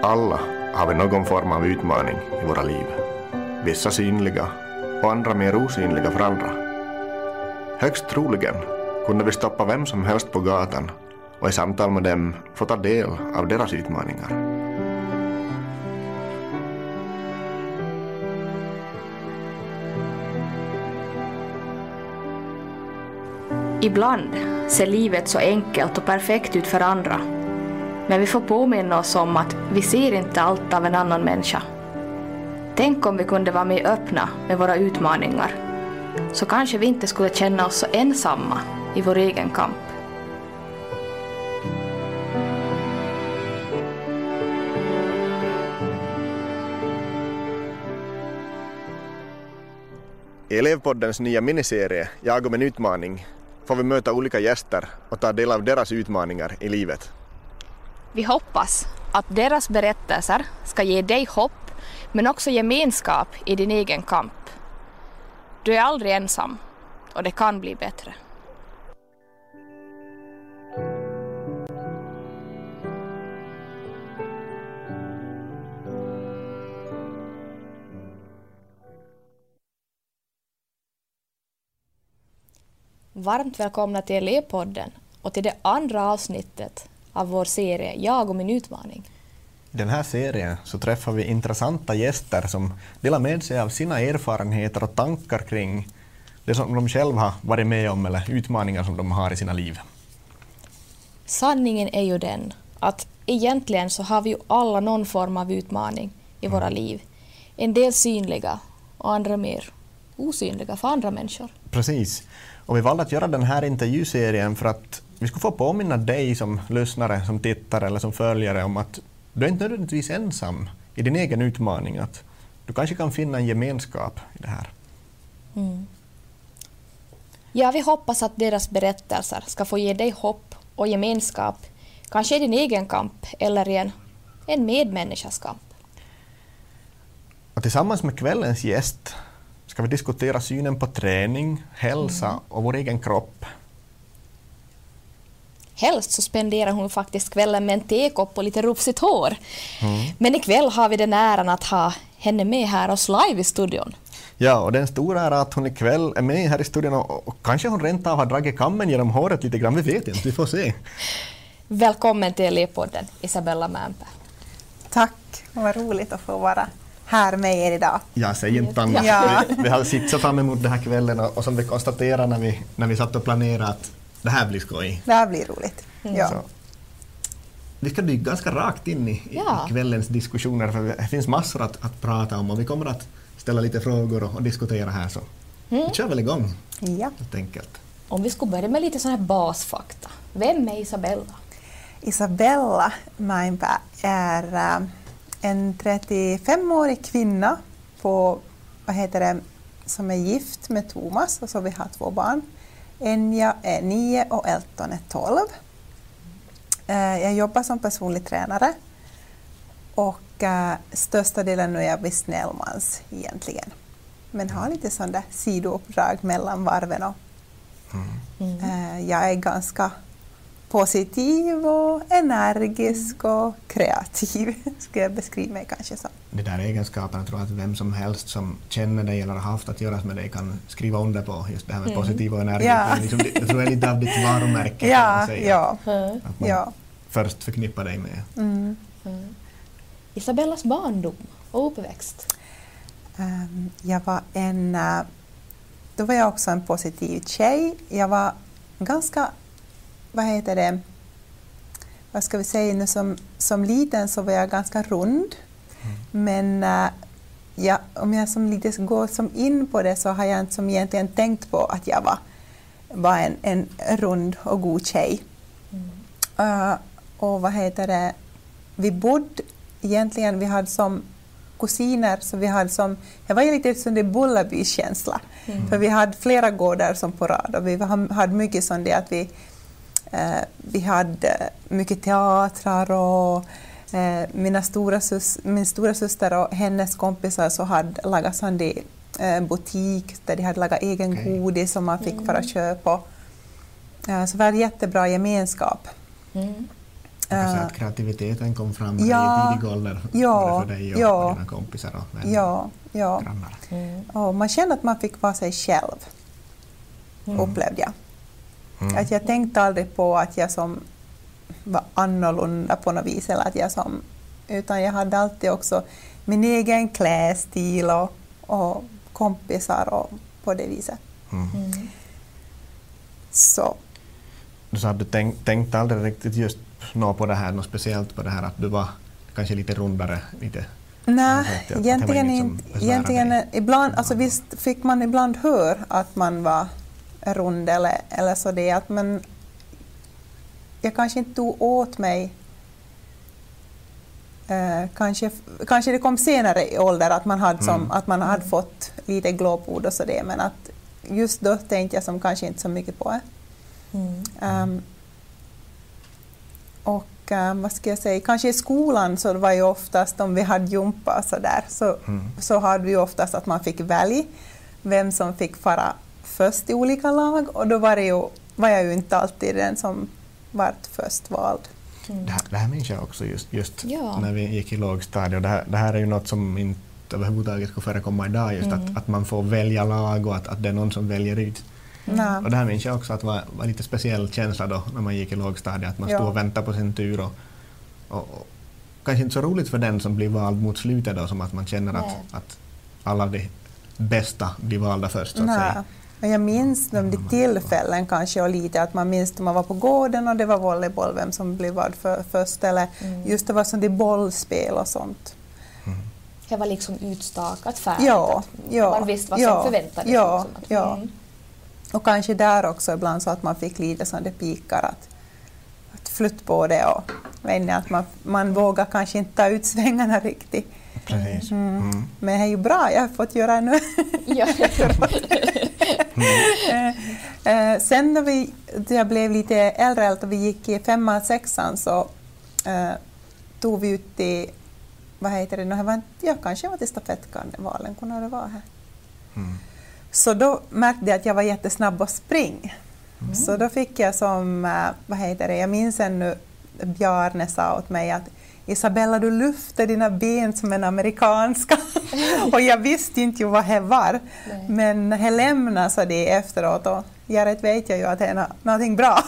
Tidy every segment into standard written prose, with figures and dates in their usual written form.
Alla har vi någon form av utmaning i våra liv. Vissa synliga och andra mer osynliga för andra. Högst troligen kunde vi stoppa vem som helst på gatan och i samtal med dem få ta del av deras utmaningar. Ibland ser livet så enkelt och perfekt ut för andra. Men vi får påminna oss om att vi ser inte allt av en annan människa. Tänk om vi kunde vara mer öppna med våra utmaningar. Så kanske vi inte skulle känna oss så ensamma i vår egen kamp. I Elevpoddens nya miniserie Jag och min utmaning får vi möta olika gäster och ta del av deras utmaningar i livet. Vi hoppas att deras berättelser ska ge dig hopp men också gemenskap i din egen kamp. Du är aldrig ensam och det kan bli bättre. Varmt välkomna till Elevpodden och till det andra avsnittet av vår serie Jag och min utmaning. I den här serien så träffar vi intressanta gäster som delar med sig av sina erfarenheter och tankar kring det som de själva har varit med om eller utmaningar som de har i sina liv. Sanningen är ju den att egentligen så har vi ju alla någon form av utmaning i våra liv. En del synliga och andra mer osynliga för andra människor. Precis. Och vi valde att göra den här intervjuserien för att vi skulle få påminna dig som lyssnare, som tittare eller som följare om att du är inte nödvändigtvis ensam i din egen utmaning. Att du kanske kan finna en gemenskap i det här. Ja, vi hoppas att deras berättelser ska få ge dig hopp och gemenskap. Kanske i din egen kamp eller i en medmänniskas kamp. Och tillsammans med kvällens gäst ska vi diskutera synen på träning, hälsa och vår egen kropp. Helst så spenderar hon faktiskt kvällen med en tekopp och lite rufsigt hår. Men ikväll har vi den äran att ha henne med här oss live i studion. Ja, och den stora är att hon ikväll är med här i studion och kanske hon rent av har dragit kammen genom håret lite grann, vi vet inte, vi får se. Välkommen till Elevpodden, Isabella Mämpä. Tack, vad roligt att få vara här med er idag. Ja, säg inte annat. Ja. Vi har sittat fram emot den här kvällen och som vi konstaterade när vi satt och planerade att det här blir skoj. Det här blir roligt. Ja. Så, vi ska dyka ganska rakt in i kvällens diskussioner för det finns massor att prata om och vi kommer att ställa lite frågor och diskutera här så. Vi kör väl igång. Ja. Helt enkelt. Om vi skulle börja med lite sån här basfakta. Vem är Isabella? Isabella Mämpä är en 35-årig kvinna som är gift med Thomas och så vi har 2 barn. Enja är 9 och Elton är 12. Jag jobbar som personlig tränare och största delen nu är jag vid Snellmans egentligen. Men har lite sån där sidouppdrag mellan varven och jag är ganska positiv och energisk och kreativ skulle jag beskriva mig kanske som. Det där egenskapen tror jag att vem som helst som känner dig eller har haft att göra med dig kan skriva under på just det här med positiv och energisk. Ja. Liksom, jag tror det är lite av ditt varumärke kan man säga. Att man först förknippar dig med. Isabellas barndom och uppväxt. Då var jag också en positiv tjej. Jag var ganska, vad ska vi säga nu, som liten så var jag ganska rund. Men om jag som lite går som in på det så har jag inte som egentligen tänkt på att jag var en rund och god tjej. Och vi bodde egentligen, vi hade som kusiner så vi hade jag var ju lite som det Bullaby-känsla. För vi hade flera gårdar som på rad och vi hade mycket sånt det att vi hade mycket teatrar och min stora syster och hennes kompisar så hade lagat sån butik där de hade lagat egen godis som man fick för att köpa. Så det var en jättebra gemenskap. Jag kan säga att kreativiteten kom fram i tidig ålder, både för dig och dina kompisar och vänner. Grannar. Och man kände att man fick vara sig själv, upplevde jag. Att jag tänkte aldrig på att jag som var annorlunda på något vis, eller att jag som, utan jag hade alltid också min egen klädstil och kompisar och på det viset. Så. Du sa att du tänkte aldrig riktigt just på det här, något speciellt på det här att du var kanske lite rundare, lite. Nej, egentligen inte. Ibland, alltså visst fick man ibland höra att man var rund eller så det att man, jag kanske inte tog åt mig. Kanske det kom senare i ålder att man hade att man hade fått lite glåpord och så det, men att just då tänkte jag som kanske inte så mycket på det. Och vad ska jag säga, kanske i skolan så var ju oftast om vi hade jumpa så där så hade vi oftast att man fick välja vem som fick fara först i olika lag, och då var jag ju inte alltid den som vart först vald. Det här minns jag också just när vi gick i lågstadiet. Det här är ju något som inte överhuvudtaget skulle förekomma idag, just att man får välja lag och att det är någon som väljer ut. Och det här minns jag också att var lite speciell känsla då när man gick i lågstadiet, att man stod och väntade på sin tur och kanske inte så roligt för den som blir vald mot slutet då, som att man känner att alla de bästa blir valda först så att säga. Men jag minns de tillfällen kanske och lite att man minns när man var på gården och det var volleyboll, vem som blev vald först, eller just det var sånt i bollspel och sånt. Det var liksom utstakat färdigt. Man visste vad som förväntades. Och kanske där också ibland så att man fick lite sån det pikar att flytt på det och att man vågar kanske inte ta ut svängarna riktigt. Precis. Men det är ju bra, jag har fått göra nu. Sen när jag blev lite äldre och vi gick i 5:an, 6:an så tog vi ut till, vad heter det, jag kanske var till stafettkarnevalen, kunde det vara här. Så då märkte jag att jag var jättesnabb att springa. Så då fick jag som, jag minns ännu Bjarne sa åt mig att Isabella, du lyfter dina ben som en amerikanska. Och jag visste inte ju vad det var. Men jag lämnade så det efteråt och vet jag ju att det är någonting bra.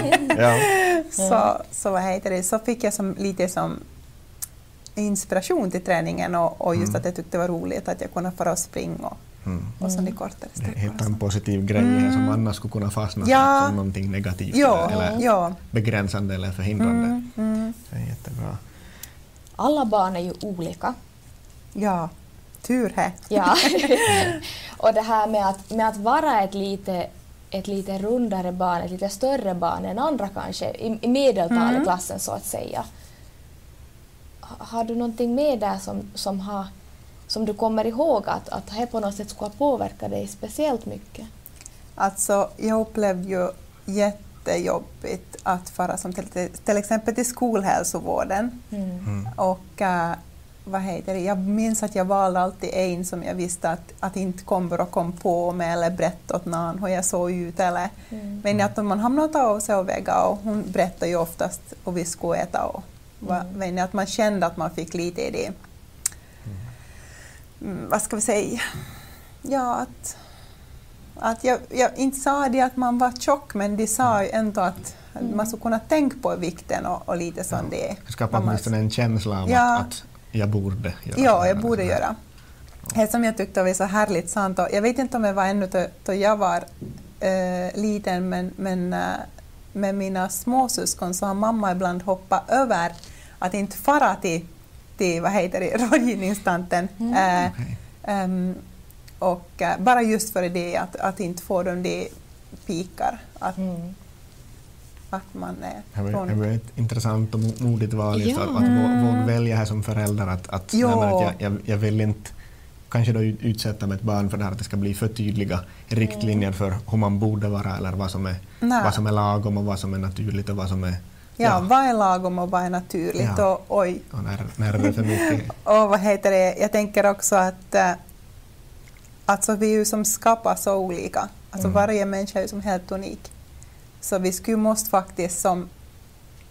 Så fick jag lite som inspiration till träningen och just att jag tyckte det var roligt att jag kunde fara och springa och så de kortare sträckor. Hitta en positiv grej som annars skulle kunna fastna som någonting negativt eller begränsande eller förhindrande. Det är jättebra. Alla barn är ju olika. Ja, tur här. Ja. Och det här med att vara ett lite rundare barn, ett lite större barn än andra kanske, i medeltal i klassen så att säga. Har du någonting med där som du kommer ihåg att det på något sätt skulle påverka dig speciellt mycket? Alltså, jag upplevde ju jättejobbigt att fara som till exempel till skolhälsovården. Och jag minns att jag valde alltid en som jag visste att inte kom på mig eller berätta åt någon hur jag såg ut. Men att om man hamnade av sig och väga och hon berättade ju oftast hur vi skulle äta och att man kände att man fick lite i det. Vad ska vi säga? Ja, att jag inte sa det att man var tjock, men de sa ju ändå att man skulle kunna tänka på vikten och lite sånt det. Skapa åtminstone en känsla av att jag borde göra. Ja, jag borde göra. Det som jag tyckte var så härligt sant. Jag vet inte om jag var ännu då jag var liten, men med mina småsyskon så har mamma ibland hoppat över att inte fara till rådgivningstanten. Och bara just för det att inte få dem det pikar. Att man är det är ett intressant och modigt val just att våga välja här som förälder att jag vill inte kanske då utsätta med ett barn för det här att det ska bli för tydliga riktlinjer för hur man borde vara eller vad som är lagom och vad som är naturligt och vad som är vad är lagom och vad är naturligt och när är det för mycket. Och jag tänker också att alltså vi är ju som skapar så olika. Alltså varje människa är ju som helt unik. Så vi skulle måste faktiskt som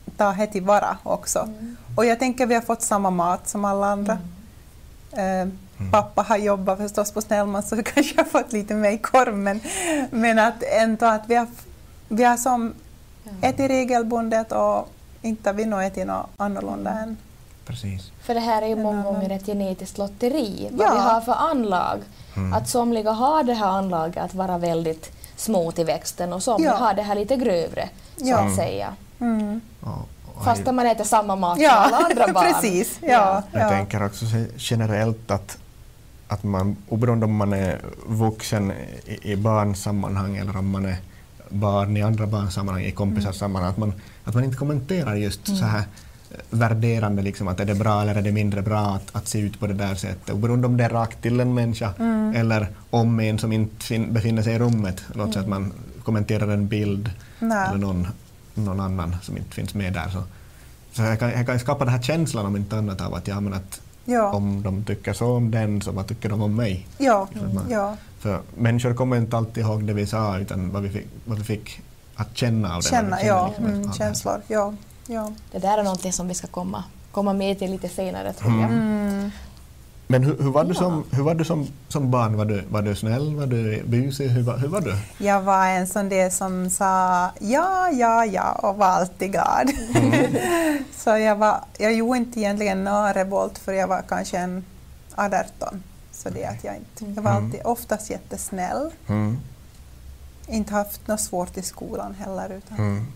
ta det tillvara också. Och jag tänker vi har fått samma mat som alla andra. Pappa har jobbat förstås på Snellman så vi kanske har fått lite mer i korv, men att ändå att vi har som ätit regelbundet och inte vi nog ätit något annorlunda än. Precis. För det här är ju många gånger ett genetiskt lotteri, vad vi har för anlag. Att somliga har det här anlaget att vara väldigt små till växten och somliga har det här lite grövre, så att säga. Fast man äter samma mat som alla andra barn. Precis. Jag tänker också generellt att man, oberoende om man är vuxen i barnsammanhang eller om man är barn i andra barnsammanhang, i kompisarsammanhang, att man inte kommenterar just så här värderande, liksom, att är det bra eller är det mindre bra att se ut på det där sättet. Oberoende om det är rakt till en människa eller om en som inte befinner sig i rummet. Låt säga att man kommenterar en bild eller någon annan som inte finns med där. Så jag kan skapa den här känslan om inte annat av att, om de tycker så om den, så vad tycker de om mig? För människor kommer inte alltid ihåg det vi sa, utan vad vi fick att känna av det. Känslor, ja. Det där är någonting som vi ska komma med till lite senare, tror jag. Men hur var du som barn? Var du snäll? Var du busig? Hur var du? Jag var en sån där som sa ja och var alltid glad. Så jag gjorde inte egentligen någon revolt för jag var kanske en 18. Så det att jag var alltid oftast jättesnäll. Inte haft något svårt i skolan heller. Utan.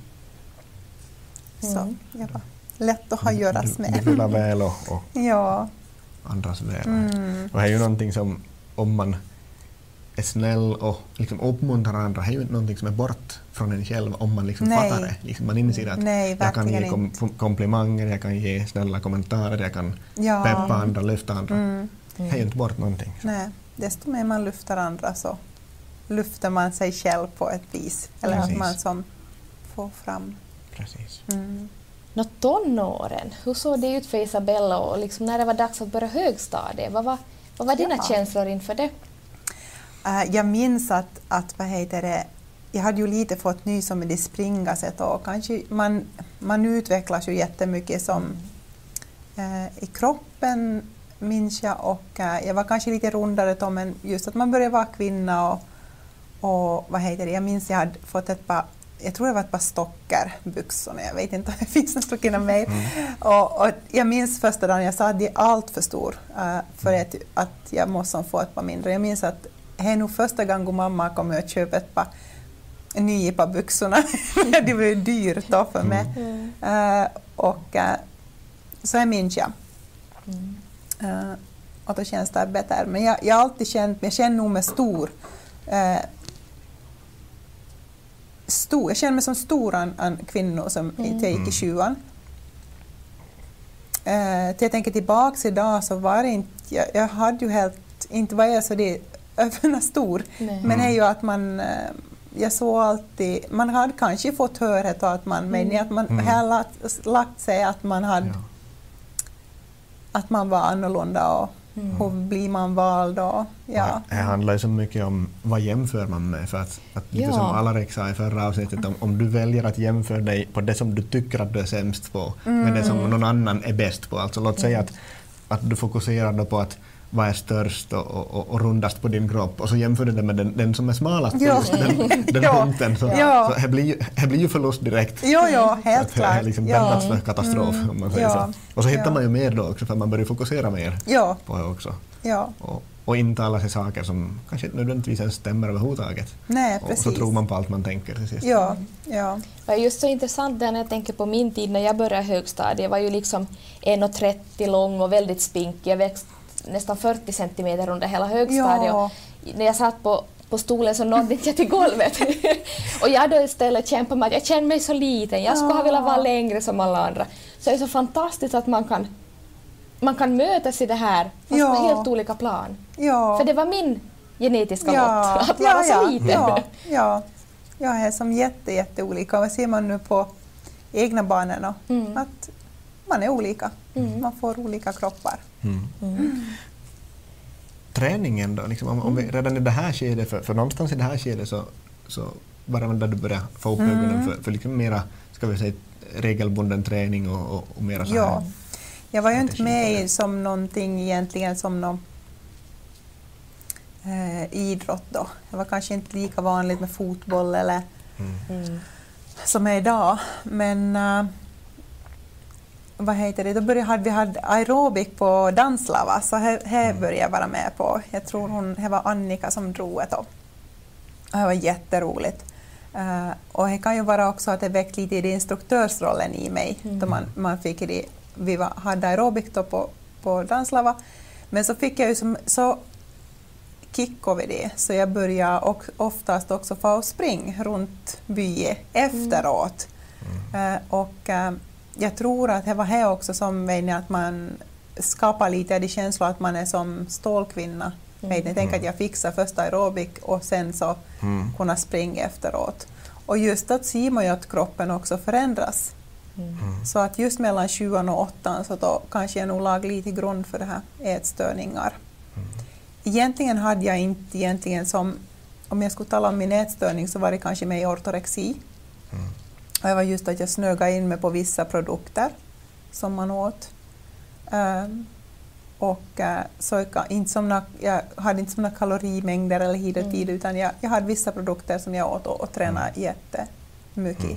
Så jag var lätt att ha att göras med. Du vill väl och andras väl. Och det är ju någonting som, om man är snäll och liksom uppmuntrar andra, det är ju någonting som är bort från en själv om man liksom fattar det. Liksom man inser att jag kan ge komplimanger, jag kan ge snälla kommentarer, jag kan peppa andra, lyfta andra. Det är ju inte bort någonting. Så. Nej, desto mer man lyfter andra så lyfter man sig själv på ett vis. Eller att man som får fram. Precis. Tonåren, hur såg det ut för Isabella och liksom när det var dags att börja högstadiet? Vad var dina känslor inför det? Jag minns att jag hade ju lite fått nys om det springaset och kanske man utvecklas ju jättemycket som i kroppen, minns jag, och jag var kanske lite rundare då, men just att man började vara kvinna och jag minns jag hade fått jag tror det var ett par stockerbyxor, jag vet inte om det finns något stycken mer. Och jag minns första dagen jag sa att det är allt för stor för att jag måste få ett par mindre. Jag minns att det är nog första gången mamma kom och köpte ett par nya par byxorna. Det var ju dyrt då för mig. Så jag minns jag. Och då känns det bättre. Men jag har alltid känt, jag känner nog med stor. Jag känner mig som stor en kvinna som inte gick i 20:an. Jag tänker tillbaka idag så var det inte, jag hade ju inte var jag så det öppna stor. Men det är ju att jag såg alltid, man hade kanske fått höra att man har lagt sig att man hade att man var annorlunda och hur blir man vald och Det handlar ju så mycket om vad jämför man med, för att lite som Alarik sa i förra avsnittet, om du väljer att jämföra dig på det som du tycker att du är sämst på med det som någon annan är bäst på, alltså låt säga att du fokuserar då på att vad är störst och rundast på din kropp och så jämför du det med den som är smalast på just den punkten, så det blir ju förlust direkt. Helt klart. Det är liksom en katastrof om man säger så. Och så hittar man ju mer då också, för man börjar fokusera mer på det också. Och inte alla sig saker som kanske inte nödvändigtvis ens stämmer överhuvudtaget. Nej, och så tror man på allt man tänker till sist. Det är just så intressant när jag tänker på min tid när jag började högstadiet. Jag var ju liksom 1,30 lång och väldigt spinkig. Jag växte nästan 40 centimeter under hela högstadiet. När jag satt på stolen så nådde inte jag till golvet. Och jag då istället kämpade med att jag kände mig så liten. Jag skulle ha velat vara längre som alla andra. Så det är så fantastiskt att man kan mötas i det här fast på helt olika plan. För det var min genetiska lott att vara så liten. Jag är som jätteolika. Vad ser man nu på egna barnen? Att man är olika. Man får olika kroppar. Träningen då, liksom, om vi redan i det här skedet, för någonstans i det här skedet så var det där du började få upp ögonen för liksom mera ska vi säga, regelbunden träning och mera så här? Ja, jag var ju inte med i som någonting egentligen som någon idrott då. Det var kanske inte lika vanligt med fotboll eller som är idag. Men vad heter det? Då vi hade aerobik på Danslava, så här började jag vara med på. Jag tror det var Annika som drog det. Det var jätteroligt. Och det kan ju vara också att det väckte lite i instruktörsrollen i mig. Då man fick hade aerobik då på Danslava. Men så fick jag ju så kick över det, så jag började oftast också få springa runt byn efteråt. Och jag tror att det var här också som menar att man skapar lite av det känslor att man är som stålkvinna. Jag tänker att jag fixar först aerobik och sen så kunna springa efteråt. Och just att ser man ju att kroppen också förändras. Så att just mellan 20 och 8 så då kanske jag nog lag lite grund för det här ätstörningar. Egentligen hade jag inte som, om jag skulle tala om min ätstörning så var det kanske med ortorexi. Och det var just att jag snögade in mig på vissa produkter som man åt. Så jag hade inte såna kalorimängder eller hit och tid, utan jag hade vissa produkter som jag åt och tränade jättemycket.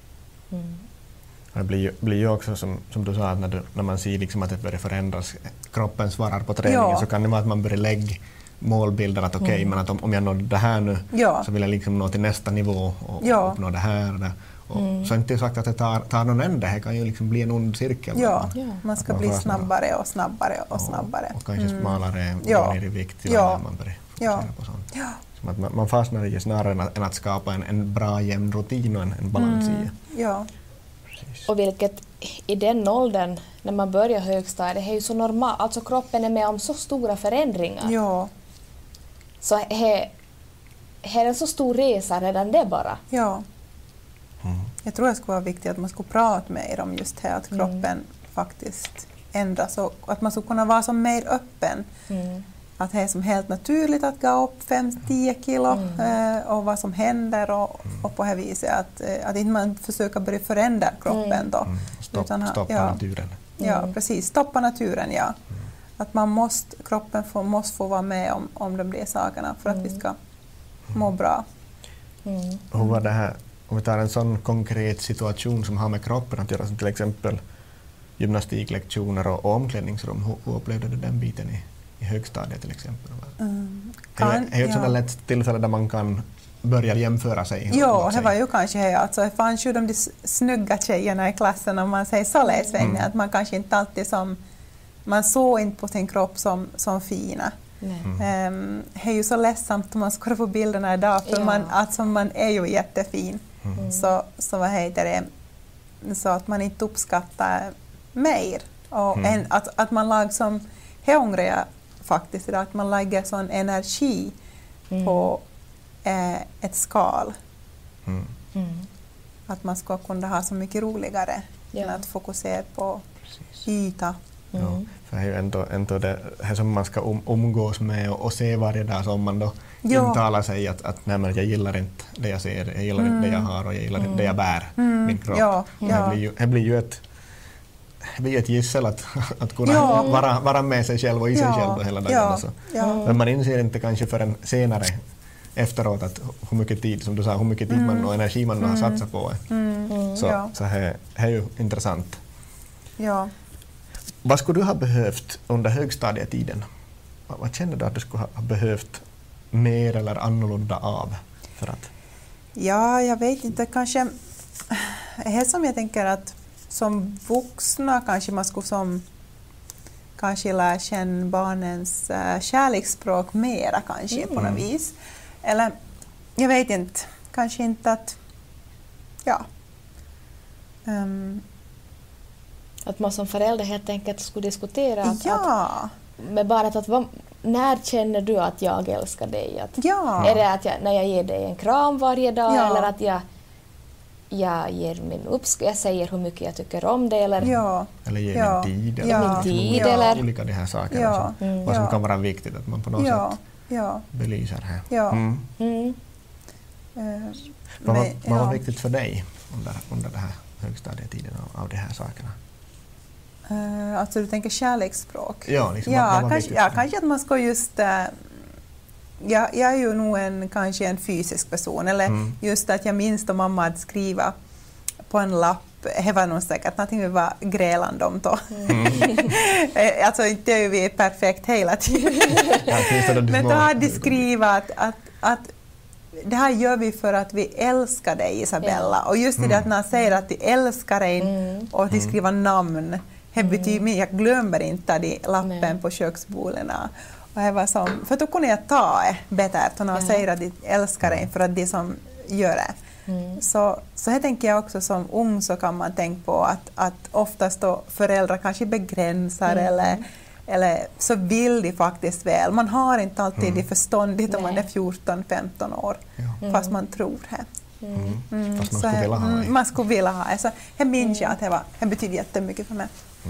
Det blir ju också som du sa, att när man ser liksom att det börjar förändras, kroppen svarar på träningen, så kan det vara att man börjar lägga målbilder att okej, men att om jag når det här nu så vill jag liksom nå till nästa nivå och uppnå det här och det. Och så inte sagt att det tar någon ände, det kan ju liksom bli en ond cirkel. Ja, man ska bli snabbare och snabbare och snabbare. Och kanske smalare, gå ner i vikt när man börjar fokusera på sånt. Som att man fastnar i snarare än att skapa en bra jämn rutin och en balans i. Ja. Och vilket i den åldern, när man börjar högstadiet, det är ju så normalt, alltså kroppen är med om så stora förändringar. Ja. Så det är en så stor resa redan det bara. Ja. Jag tror det skulle vara viktigt att man skulle prata mer om just det, att kroppen faktiskt ändras och att man skulle kunna vara som mer öppen. Att det är som helt naturligt att gå upp 5-10 kilo och vad som händer och på det viset att inte man försöker börja förändra kroppen då. Stoppa naturen. Ja, precis. Stoppa naturen, ja. Att kroppen måste få vara med om de där sakerna för att vi ska må bra. Hur var det här, om vi tar en sån konkret situation som har med kroppen att göra, som till exempel gymnastiklektioner och omklädningsrum, hur upplevde du den biten i högstadiet till exempel? Det är ju ett sådant lätt tillfälle där man kan börja jämföra sig. Ja, det var ju kanske det. Alltså, det fanns ju de snygga tjejerna i klassen, om man säger så läsvägning, att man kanske inte alltid man såg inte på sin kropp som fina. Det är ju så ledsamt om man ska få bilderna idag, för man är ju jättefin. Så vad heter det? Så att man inte uppskattar mer. Och att man lag som hungriga faktiskt idag, att man lägger sån energi på ett skal. Att man ska kunna ha så mycket roligare än att fokusera på yta. Ja, för det är ju ändå det här som man ska umgås med och se varje dag, som man då intalar sig att nej, men jag gillar inte det jag ser, jag gillar inte det jag har och jag gillar inte det jag bär, min kropp. Det blir ju ett gissel att kunna vara med sig själv och i sig själv hela dagen. Men man inser inte kanske förrän senare efteråt att hur mycket tid, som du sa, hur mycket tid man och energi man har satsat på det. Så det är ju intressant. Ja. Vad skulle du ha behövt under högstadietiden? Vad känner du att du skulle ha behövt mer eller annorlunda av? För att? Ja, jag vet inte. Kanske är som jag tänker att som vuxna kanske man skulle kanske lära känna barnens kärleksspråk mera kanske på något vis. Eller jag vet inte. Kanske inte att att man som förälder helt enkelt skulle diskutera med barnet att när känner du att jag älskar dig? Är det att när jag ger dig en kram varje dag eller att jag ger jag säger hur mycket jag tycker om det eller ger min tid eller olika de här sakerna vad som kan vara viktigt att man på något sätt belyser här. Ja. Vad var viktigt för dig under det här? högstadietiden av de här sakerna? Alltså du tänker kärleksspråk? Ja, liksom kanske att man ska just... jag är ju nog kanske en fysisk person, eller just att jag minns då mamma hade skrivit på en lapp, det var nog säkert någonting vi var grälande om då. Alltså inte är vi perfekt hela tiden. Men då hade de skrivit att det här gör vi för att vi älskar dig, Isabella. Och just det att när de säger att de älskar dig och de skriver namn, det betyder, jag glömmer inte de lappen på köksborden. Och det var som, för då kunde jag ta det bättre när de säger att de älskar dig för att de som gör det. Så här tänker jag också som ung, så kan man tänka på att oftast då föräldrar kanske begränsar eller så vill de faktiskt väl. Man har inte alltid det förståndigt om man är 14-15 år, fast man tror det. Fast man skulle vilja ha det. Man skulle vilja ha det. Så jag minns jag att det betyder jättemycket för mig.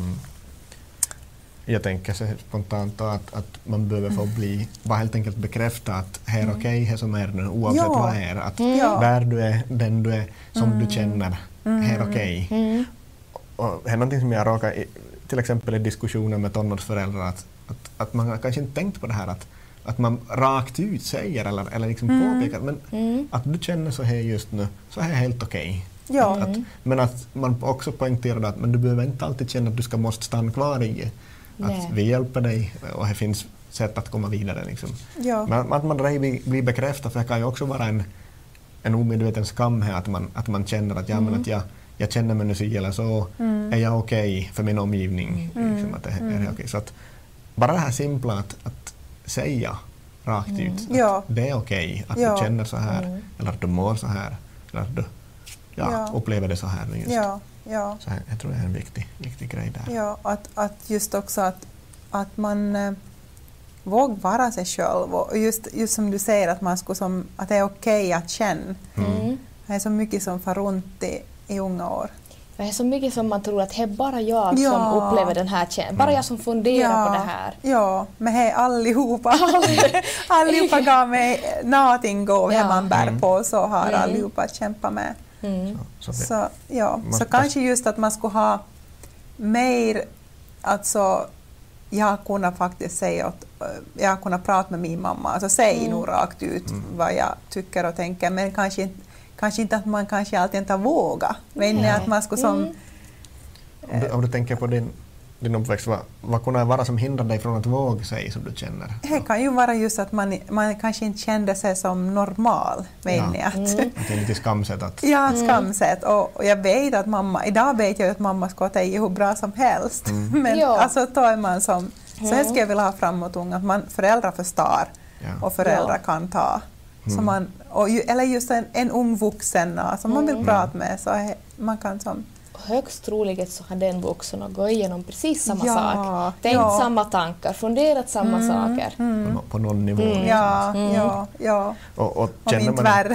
Jag tänker så spontant att man behöver få bara helt enkelt bekräfta att här är okej, här som är nu, oavsett vad är. Att där du är, den du är, som du känner, här är okej. Och det är någonting som jag råkar till exempel i diskussioner med tonårsföräldrar, att man kanske inte tänkt på det här att man rakt ut säger eller liksom påpekar, men att du känner så här just nu, så här är helt okej. Men att man också poängterar att men du behöver inte alltid känna att du måste stanna kvar i att vi hjälper dig och det finns sätt att komma vidare. Liksom. Men att man blir bekräftad, för det kan ju också vara en omedveten skam här, att man känner att, men att jag känner mig nu så eller så, är jag okej för min omgivning? Liksom, att det är okej. Så att bara det här simpla att säga rakt ut att det är okej att du känner så här, eller att du mår så här, eller att du upplever det så här nu just. Så jag tror det är en viktig grej där. Ja, att just också att man vågar vara sig själv, och just som du säger att man skulle att det är okej att känna. Det är så mycket som far runt i unga år. Det är så mycket som man tror att det är bara jag som upplever den här känslan. Bara jag som funderar på det här. Ja, men hej allihopa. Allihopa gav mig någonting man bär på, så har allihopa kämpat med. Så kanske just att man skulle ha mer, alltså jag kunde faktiskt säga att jag kunde prata med min mamma, alltså säga nog rakt ut vad jag tycker och tänker, men kanske inte att man kanske alltid inte vågar, men att man skulle som... Om du tänker på din uppväxt, vad kunde det vara som hindrar dig från att våga säga som du känner? Det kan ju vara just att man kanske inte kände sig som normal. Att det är lite skamset. Skamset. Och jag vet att idag vet jag att mamma ska ta hur bra som helst. Men alltså då är man som... Så här ska jag vilja ha framåt unga, att föräldrar förstår och föräldrar kan ta. Så eller just en ung vuxen som man vill prata med, så man kan som... Högst troligt så har den vuxen att gå igenom precis samma sak. Tänkt samma tankar, funderat samma saker. På någon nivå. Och känner värre.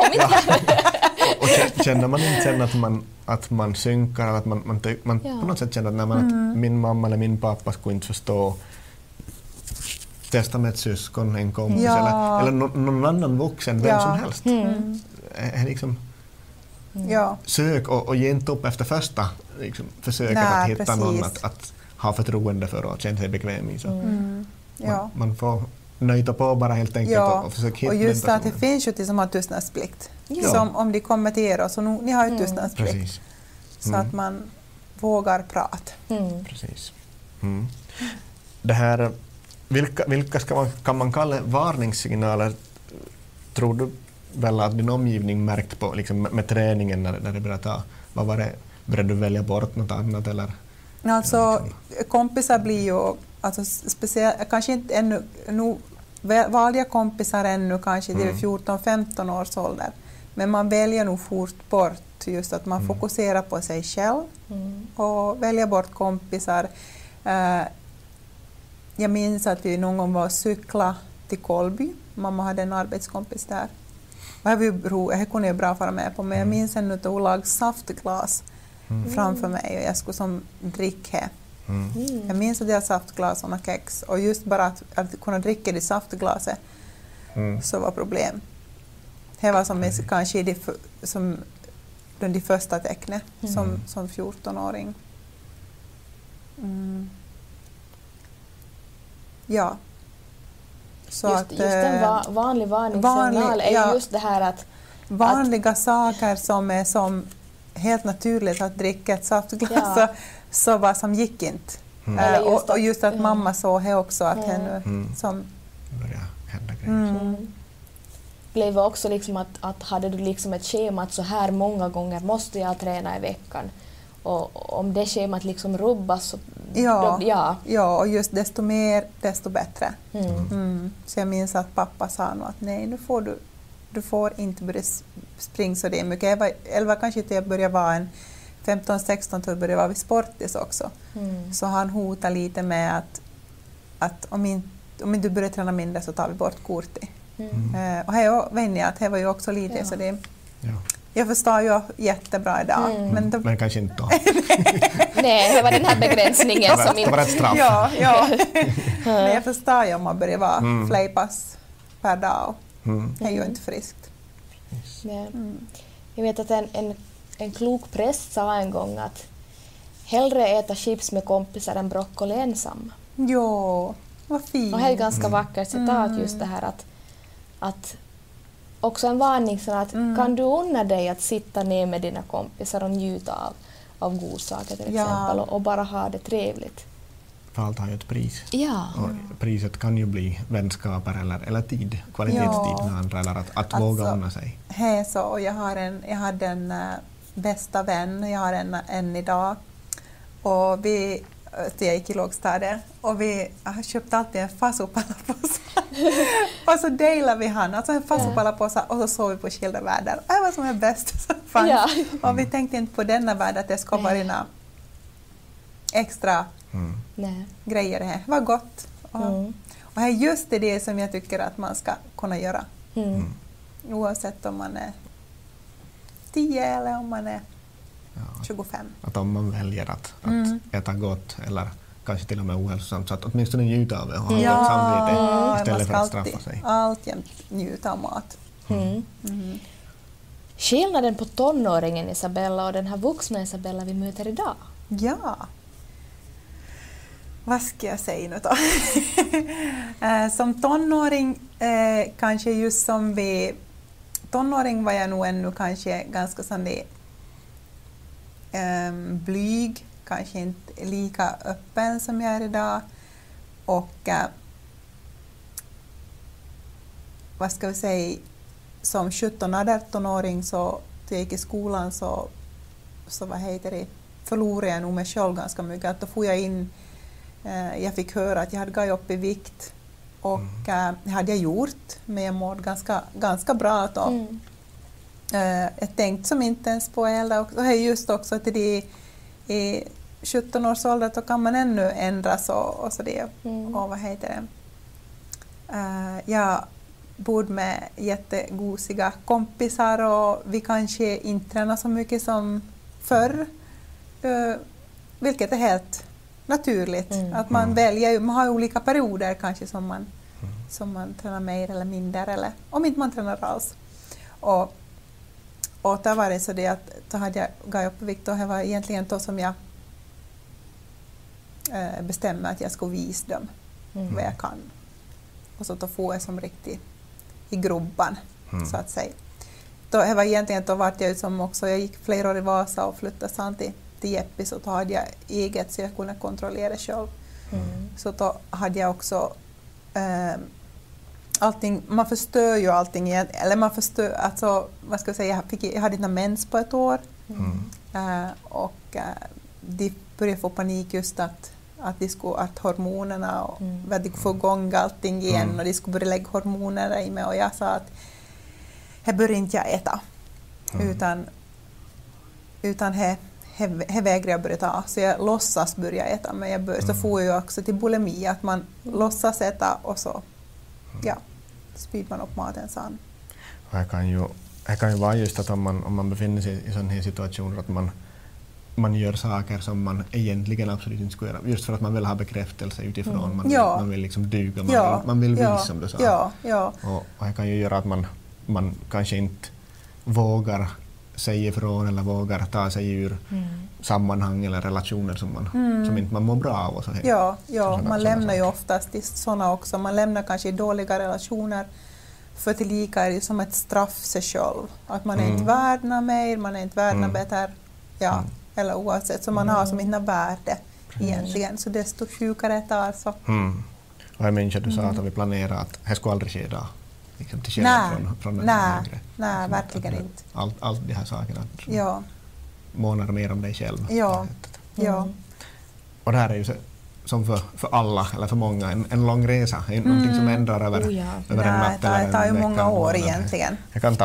Och känner man inte sen att man synkar, eller att man på något sätt känner att min mamma eller min pappa skulle inte förstå testamentsyskon, en kompis eller någon annan vuxen, vem som helst. Är liksom sök och ge inte upp efter första försöket att hitta någon att ha förtroende för och känna sig bekväm i. Man får nöjta på bara helt enkelt och försöka hitta. Och just att det finns ju till som har tystnadsplikt. Som om de kommer till er, så ni har ju tystnadsplikt. Så att man vågar prata. Precis. Det här, vilka kan man kalla varningssignaler, tror du väl att din omgivning märkt på liksom, med träningen när det började ta? Vad var det? Började du välja bort något annat? Eller? Alltså, kompisar blir ju alltså, speciellt, kanske inte ännu, vanliga kompisar ännu kanske till 14-15 års ålder. Men man väljer nog fort bort just att man fokuserar på sig själv och väljer bort kompisar. Jag minns att vi någon gång var och cykla till Kolby. Mamma hade en arbetskompis där. Det kunde jag bra vara med på, men jag minns ännu att hon lagade saftglas framför mig och jag skulle som dricka. Jag minns att jag hade saftglas och kex, och just bara att kunna dricka det saftglaset så var problem. Det var som kanske som de första tecknen som 14-åring. Ja. Så just en vanlig varningssignal är ju just det här att vanliga saker som är som helt naturligt att dricka ett saftglas så vad som gick inte. Och just att mamma såg här också att henne som börjar hända grejer. Blev också liksom att hade du liksom ett schema att så här många gånger måste jag träna i veckan, och om det schemat liksom rubbas så och just desto mer desto bättre. Så jag minns att pappa sa nog att nej, nu får du får inte börja springa så det är mycket. Elva kanske till jag började vara en 15-16 till började vara vid sportis också. Så han hotade lite med att om inte du börjar träna mindre så tar vi bort kortet. Och här vänjer att det var ju också lite så det jag förstår ju jättebra idag. Men kanske inte då. Nej, det var den här begränsningen som inte... Det var ett straff. Men jag förstår ju om man börjar vara flera pass per dag. Det är ju inte friskt. Jag vet att en klok präst sa en gång att hellre äta chips med kompisar än broccoli ensam. Ja, vad fint. Och det är ganska vackert citat just det här att också en varning så att kan du unna dig att sitta ner med dina kompisar och njuta av godsaker till exempel och bara ha det trevligt. För allt har ju ett pris. Ja. Och priset kan ju bli vänskaper eller tid, kvalitetstid med andra, eller att våga unna sig. Hej så, och jag hade en bästa vän, jag har en idag, och jag gick i lågstadiet och vi köpte alltid en fasopallapåse och så delade vi han, alltså en fasopallapåse, och så såg vi på skilda världar. Det var som det bästa som fanns. Och vi tänkte inte på denna värld att det ska vara dina extra grejer här. Det var gott. Och det är just det som jag tycker att man ska kunna göra. Oavsett om man är 10 eller om man är 25. Att om man väljer att äta gott eller kanske till och med ohälsosamt, så att åtminstone njuta av det och ha gott samvete istället för att straffa sig. Alltid njuta av mat. Skillnaden på tonåringen Isabella och den här vuxna Isabella vi möter idag? Ja. Vad ska jag säga nu då? Som tonåring, kanske just som tonåring var jag nog ännu kanske ganska blyg, kanske inte lika öppen som jag är idag. Och vad ska vi säga, som 17-18-åring så när jag gick i skolan så förlorade jag nog mig själv ganska mycket. Att då får jag in, jag fick höra att jag hade gått upp i vikt, och det hade jag gjort, men jag mådde ganska bra då. Jag tänkte som inte ens på äldre, och just också till det i 17 års ålder då kan man ännu ändras och så det. Och vad heter det? Jag bodde med jättegosiga kompisar och vi kanske inte tränar så mycket som förr, vilket är helt naturligt. Att man väljer, man har olika perioder kanske som man tränar mer eller mindre, eller om inte man tränar alls. Och då var det så det att då hade jag gått upp i vikt, och det var egentligen då som jag bestämde att jag skulle visa dem vad jag kan. Och så då får jag som riktigt i grubban, så att säga. Det var egentligen, då var jag som också, jag gick flera år i Vasa och flyttade sen till Jeppis, och då hade jag eget så jag kunde kontrollera själv. Så då hade jag också allting, man förstör ju allting, eller man förstör, alltså vad ska jag säga, jag hade inte mens på ett år, och de började få panik just att hormonerna och att de få igång allting igen, och de skulle börja lägga hormoner i mig, och jag sa att här börjar inte jag äta, utan här vägrar jag börja ta, så jag låtsas börja äta, men så får jag också till bulimi, att man låtsas äta och så spyr man upp maten sen. Det kan ju vara just att om man befinner sig i sådana här situationer att man gör saker som man egentligen absolut inte skulle göra, just för att man vill ha bekräftelse utifrån, man vill liksom duga, man vill visa, som du sa. Och det kan ju göra att man kanske inte vågar säga ifrån eller vågar ta sig ur sammanhang eller relationer som inte man mår bra av. Och så här. Ja, man lämnar ju oftast i sådana också. Man lämnar kanske i dåliga relationer för tillika är det som ett straff sig själv. Att man är inte värd något mer, man är inte värd något bättre. Ja, eller oavsett. Så man har som inte värde egentligen. Så desto sjukare det är så. Och jag minns att du sa att vi planerar att det skulle aldrig ske idag. Liksom till skillnad från nej, verkligen inte. Allt de här sakerna. Ja. Månar mer om dig själv. Ja. Och det här är ju som för alla, eller för många, en lång resa. Någonting som ändrar över en natt eller en vecka. Det tar ju många år egentligen. Det kan ta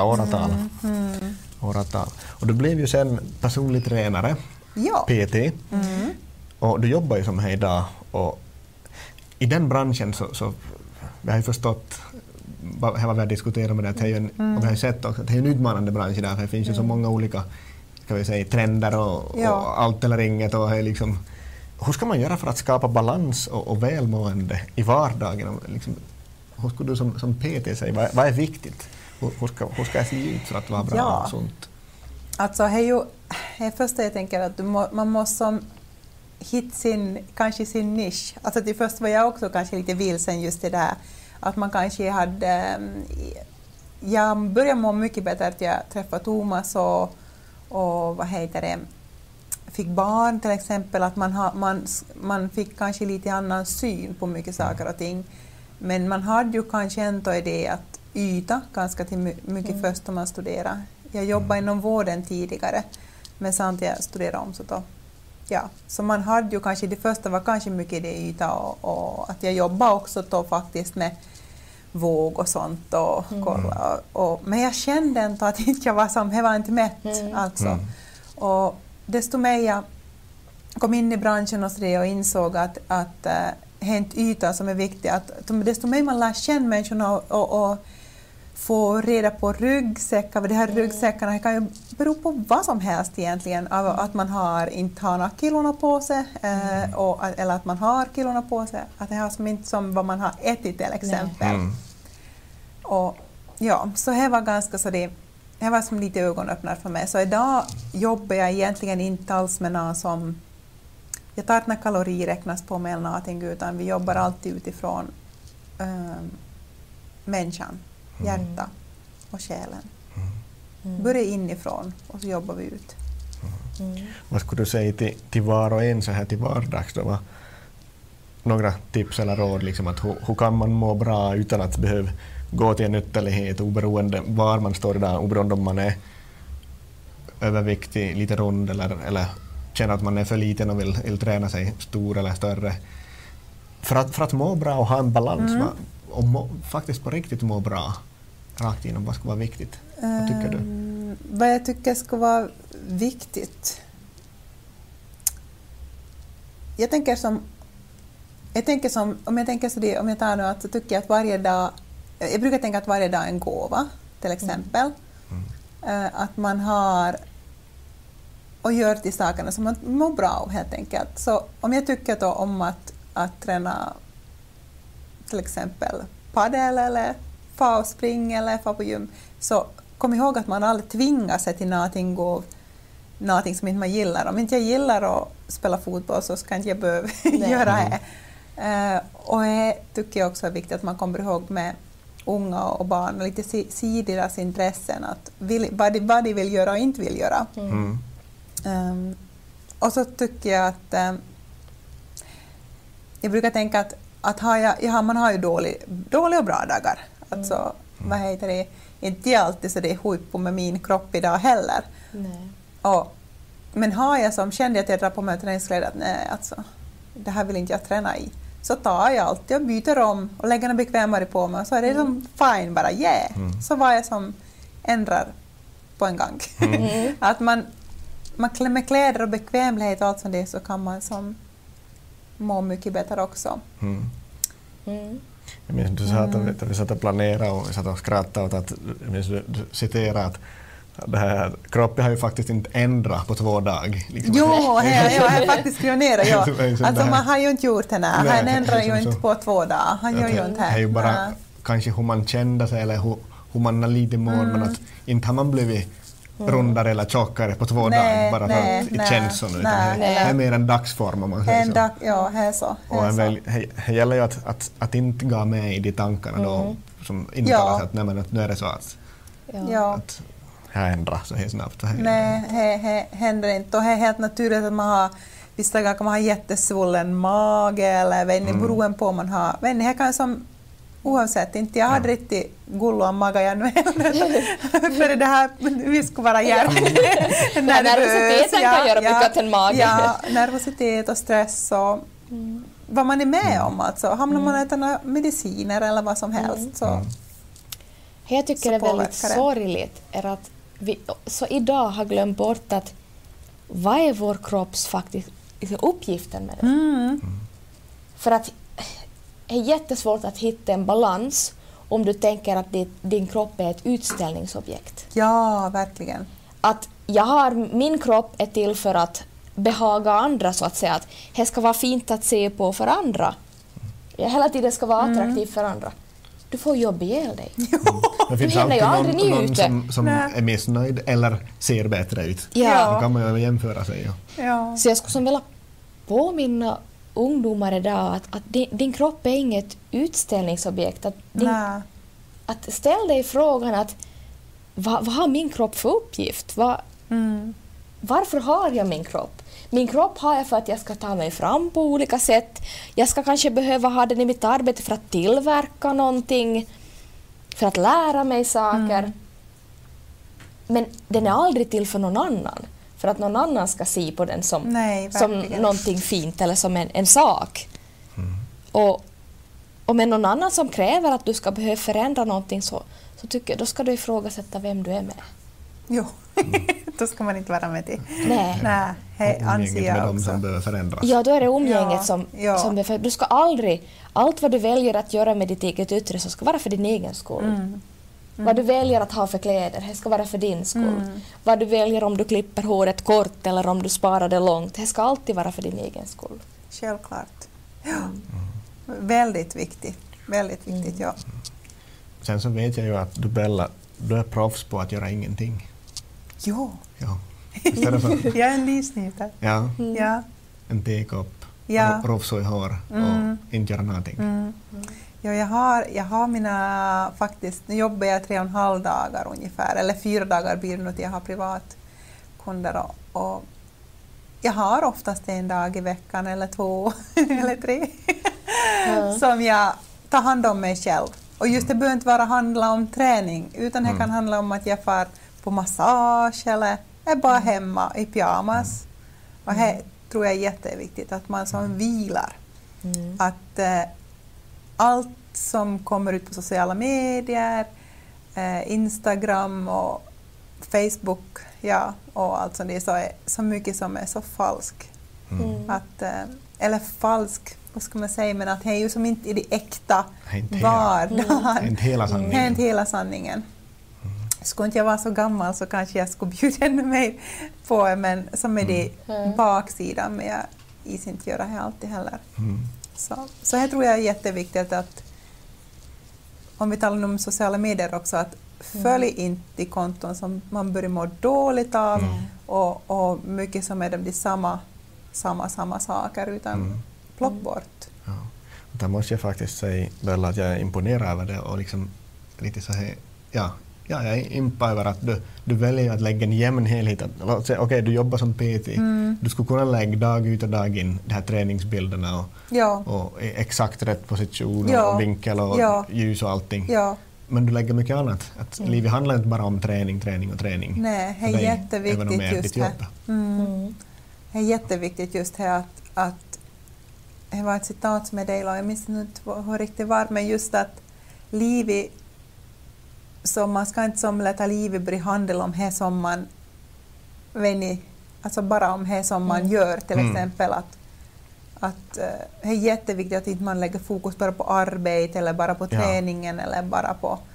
åratal. Och du blev ju sen personlig tränare, PT. Och du jobbar ju som här idag. Och i den branschen så vi har ju förstått vad vi har diskuterat med det, att det är ju och vi har sett också att det är en utmanande bransch där, för det finns ju så många olika, ska vi säga, trender och allt eller inget. Och det är liksom, hur ska man göra för att skapa balans och välmående i vardagen? Liksom, hur skulle du som PT säga, vad är viktigt? Hur ska jag se ut för att vara bra och sånt? Alltså, det första jag tänker att man måste hitta sin nisch. Alltså det första var jag också kanske lite vilsen just det där. Att man kanske hade... Jag började må mycket bättre att jag träffade Thomas och fick barn till exempel. Att man fick kanske lite annan syn på mycket saker och ting. Men man hade ju kanske ändå idé att yta ganska till mycket först om man studerar. Jag jobbade inom vården tidigare, men sen jag studerade om så då. Ja, så man hade ju kanske, det första var kanske mycket det yta och att jag jobbade också då faktiskt med våg och sånt och kolla. Men jag kände ändå att jag var inte mätt alltså. Och desto mer jag kom in i branschen och så det och insåg att hänt yta som är viktig, att desto mer man lär känna människorna och få reda på ryggsäckar. De här ryggsäckarna kan ju bero på vad som helst egentligen. Att man inte har några kilorna på sig eller att man har kilorna på sig. Att det är inte som vad man har ätit till exempel. Och ja, så det var ganska så det var som lite ögonöppnare för mig. Så idag jobbar jag egentligen inte alls med någon som... Jag tar inte när kalorier räknas på med eller någonting, utan vi jobbar alltid utifrån människan. Hjärta och själen. Börja inifrån och så jobbar vi ut. Vad skulle du säga till var och en så här till vardags då? Några tips eller råd liksom, att hur kan man må bra utan att behöva gå till en ytterlighet oberoende var man står idag, oberoende om man är överviktig, lite rund eller känner att man är för liten och vill träna sig stor eller större. För att må bra och ha en balans och faktiskt på riktigt må bra rakt igenom, vad ska vara viktigt? Vad tycker du? Vad jag tycker ska vara viktigt? Jag tänker om jag tar något så tycker jag att varje dag, jag brukar tänka att varje dag är en gåva till exempel. Att man har och gör de sakerna som man mår bra av helt enkelt. Så om jag tycker då om att träna till exempel paddel eller få och springa eller få på gym, så kom ihåg att man aldrig tvingar sig till någonting som inte man gillar. Om inte jag gillar att spela fotboll så ska inte jag behöva göra det. Och det tycker jag också är viktigt att man kommer ihåg med unga och barn och lite se deras intressen, att vad de vill göra och inte vill göra. Och så tycker jag att jag brukar tänka att man har ju dåliga och bra dagar. Alltså, vad heter det? Inte alltid så det är hujpo med min kropp idag heller. Men kände jag att jag drar på mig träningskläder att nej, alltså, det här vill inte jag träna i. Så tar jag alltid och byter om och lägger något bekvämare på mig. Så är det som fine bara, Så var jag som ändrar på en gång. Att man med kläder och bekvämlighet och allt sånt det, så kan man som må mycket bättre också. Jag minns du sa att vi satt och planerade och vi satt och skrattade åt att du citerade att det här, kroppen har ju faktiskt inte ändrat på 2 dagar. Liksom. Jo, jag har faktiskt skrivit ner det. Alltså man har ju inte gjort det här. Han ändrar ju inte på 2 dagar. Han gör ju inte här. Det är ju bara kanske hur man kände sig eller hur man är lite mål, men att inte har man blivit rundare eller tjockare på 2 dagar bara för att det känns så nu. Det är mer en dagsform om man säger så. Ja, det är så. Och det gäller ju att inte gå med i de tankarna då som intalar sig att nu är det så att här ändras så helt snabbt. Nej, det händer inte. Och det är helt naturligt att man har vissa gånger kan man ha jättesvullen mage eller beroende på om man har det kan som oavsett inte. Jag hade riktigt gulliga magar jag nu för det här vi skulle vara nervositeten kan göra mycket åt en mage. Ja, nervositet och stress och vad man är med om alltså. Hamnar man äter mediciner eller vad som helst så. Jag tycker det är väldigt sorgligt är att vi så idag har glömt bort att vad är vår kropps faktiskt uppgiften med det. För att det är jättesvårt att hitta en balans om du tänker att din kropp är ett utställningsobjekt. Ja, verkligen. Att min kropp är till för att behaga andra så att säga. Att det ska vara fint att se på för andra. Hela tiden ska vara attraktivt för andra. Du får jobba ihjäl dig. Det finns alltid någon som är missnöjd eller ser bättre ut. Ja. Då kan man ju jämföra sig. Ja. Så jag skulle vilja påminna ungdomar idag att din kropp är inget utställningsobjekt. Att ställa dig frågan att vad har min kropp för uppgift? Varför har jag min kropp? Min kropp har jag för att jag ska ta mig fram på olika sätt. Jag ska kanske behöva ha den i mitt arbete för att tillverka någonting. För att lära mig saker. Men den är aldrig till för någon annan. För att någon annan ska se på den som någonting fint eller som en sak. Och med någon annan som kräver att du ska behöva förändra någonting så tycker jag, då ska du ifrågasätta vem du är med. Jo, då ska man inte vara med till. Nej, anser jag med dem som behöver förändras. Ja, då är det umgänget som behöver. Du ska aldrig, allt vad du väljer att göra med ditt eget yttre så ska vara för din egen skull. Vad du väljer att ha för kläder, det ska vara för din skull. Vad du väljer om du klipper håret kort eller om du sparar det långt, det ska alltid vara för din egen skull. Självklart. Ja. Väldigt viktigt. Väldigt viktigt, ja. Sen så vet jag ju att du är proffs på att göra ingenting. Jo. Ja. Jag är en lysnytare. Ja. Ja. En tekopp, rofsor i hår och inte göra någonting. Ja, jag har mina, faktiskt, nu jobbar jag 3,5 dagar ungefär, eller 4 dagar blir det nu att jag har privatkunder och jag har oftast en dag i veckan eller 2 eller 3 som jag tar hand om mig själv. Och just det behöver inte handla om träning utan det kan handla om att jag far på massage eller är bara hemma i pyjamas. Och det tror jag är jätteviktigt att man som vilar. Att allt som kommer ut på sociala medier, Instagram och Facebook, och allt sånt, det är så mycket som är så falskt. Eller falsk, vad ska man säga, men att det är ju som inte i det äkta vardagen. Inte hela sanningen. Det är inte hela sanningen. Skulle inte jag vara så gammal så kanske jag skulle bjuda ännu mer på men som är det baksidan, men jag is inte göra det alltid heller. Så här tror jag är jätteviktigt att om vi talar om sociala medier också, att följ inte konton som man börjar må dåligt av och mycket som är de samma saker utan plock bort. Ja. Där måste jag faktiskt säga, Bella, att jag är imponerad över det och liksom lite så här, jag är imponerad över att du väljer att lägga en jämn helhet. Okej, du jobbar som PT. Du skulle kunna lägga dag ut och dag in de här träningsbilderna och exakt rätt position och vinkel och ljus och allting. Ja. Men du lägger mycket annat. Att livet handlar inte bara om träning. Nej, det är jätteviktigt just här. Det är jätteviktigt just här att det var ett citat som jag delade, jag minns inte hur riktigt var, men just att livet, så man ska inte som låta livet bli handel om det som man alltså bara om det som man gör, till exempel att det är jätteviktigt att inte man lägger fokus bara på arbete eller bara på träningen eller bara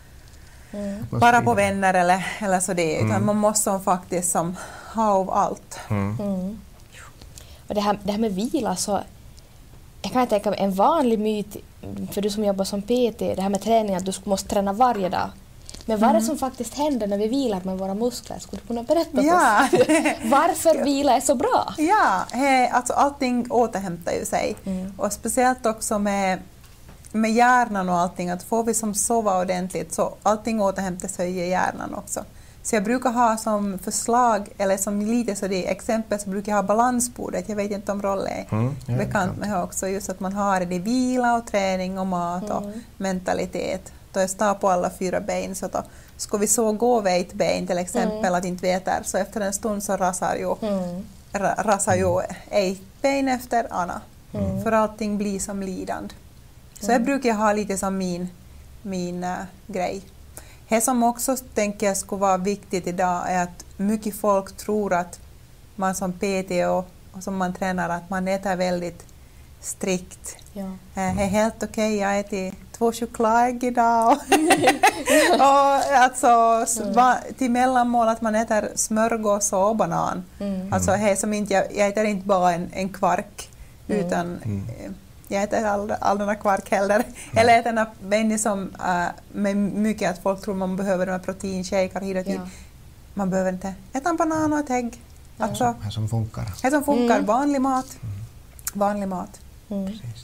på vänner eller så det, utan man måste faktiskt som ha av allt. Och det här med vila, så jag kan tänka mig en vanlig myt för du som jobbar som PT, det här med träning, att du måste träna varje dag. Men vad är det som faktiskt händer när vi vilar med våra muskler? Skulle du kunna berätta för Ja. oss varför vila är så bra? Ja, alltså allting återhämtar ju sig. Och speciellt också med hjärnan och allting, att får vi som sova ordentligt så allting återhämtar sig i hjärnan också. Så jag brukar ha som förslag, eller som lite så det exempel, så brukar jag ha balansbordet. Jag vet inte om Rolle är bekant med det också. Just att man har det vila och träning och mat och mentalitet. Då jag står på alla 4 ben, så då ska vi så gå vid ett ben till exempel, att inte veta, så efter en stund så rasar ju ett ben efter Anna. För allting blir som lidande. Så jag brukar ha lite som min grej. Det som också tänker jag skulle vara viktigt idag är att mycket folk tror att man som PT och som man tränar, att man äter väldigt strikt. Ja. Det är helt okej, jag äter 2 chokladägg idag. Och alltså till mellanmål att man äter smörgås och banan. Alltså det som inte, jag äter inte bara en kvark, utan jag äter aldrig kvark heller. Eller äter en vänner som med mycket att folk tror man behöver de här proteinshakar hit och dit. Man behöver inte äta en banan och ett ägg. Alltså, Det som funkar. det som funkar, vanlig mat. Vanlig mat. Precis.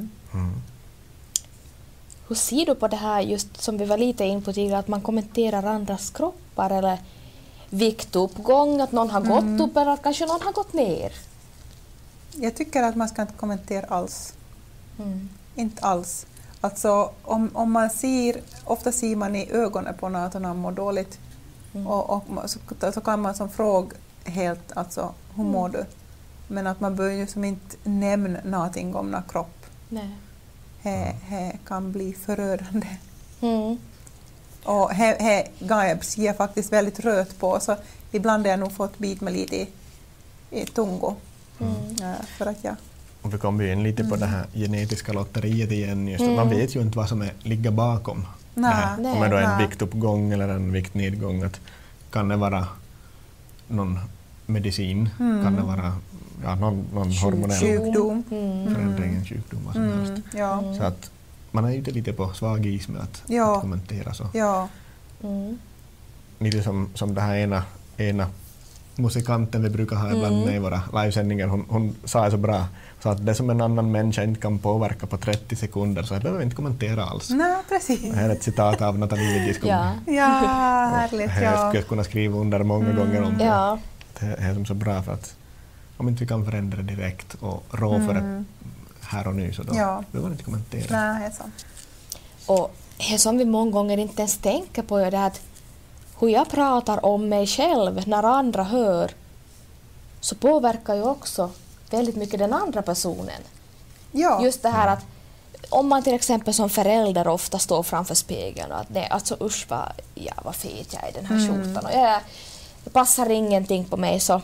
Hur ser du på det här, just som vi var lite in på tidigare, att man kommenterar andras kroppar eller viktuppgång, att någon har gått upp eller att kanske någon har gått ner? Jag tycker att man ska inte kommentera alls. Inte alls. Alltså om man ser, ofta ser man i ögonen på någon att någon mår dåligt. Och så kan man som fråga helt, alltså hur mår du? Men att man bör ju som inte nämna någonting om någon kropp. Nej. Det kan bli förödande. Och det ser jag faktiskt väldigt rött på, så ibland har jag nog fått bit mig lite i tungo. För att jag... Och vi kommer in lite på det här genetiska lotteriet igen. Just att man vet ju inte vad som ligger bakom. Om det då är en viktuppgång eller en viktnedgång. Att kan det vara någon medicin? Kan det vara någon hormonell sjukdom? Förändring, sjukdom, vad som helst. Så att man är ju lite på svag is med att kommentera så. Ja. Lite som det här ena musikanten vi brukar ha ibland med i våra livesändningar, hon sa så bra, så att det som en annan människa inte kan påverka på 30 sekunder så jag behöver inte kommentera alls. Nej, precis. Det här är ett citat av Nathalie Widiskog. Ja, härligt. Jag skulle kunna skriva under många gånger om det. Det är som så bra, för att om inte vi kan förändra direkt och rå för det här och nu, så då behöver man inte kommentera. Nej, det är sant. Och det som vi många gånger inte ens tänker på är det att hur jag pratar om mig själv när andra hör, så påverkar ju också väldigt mycket den andra personen. Ja. Just det här att om man till exempel som förälder ofta står framför spegeln och att nej, alltså usch vad fet jag är i den här skjortan och det passar ingenting på mig, så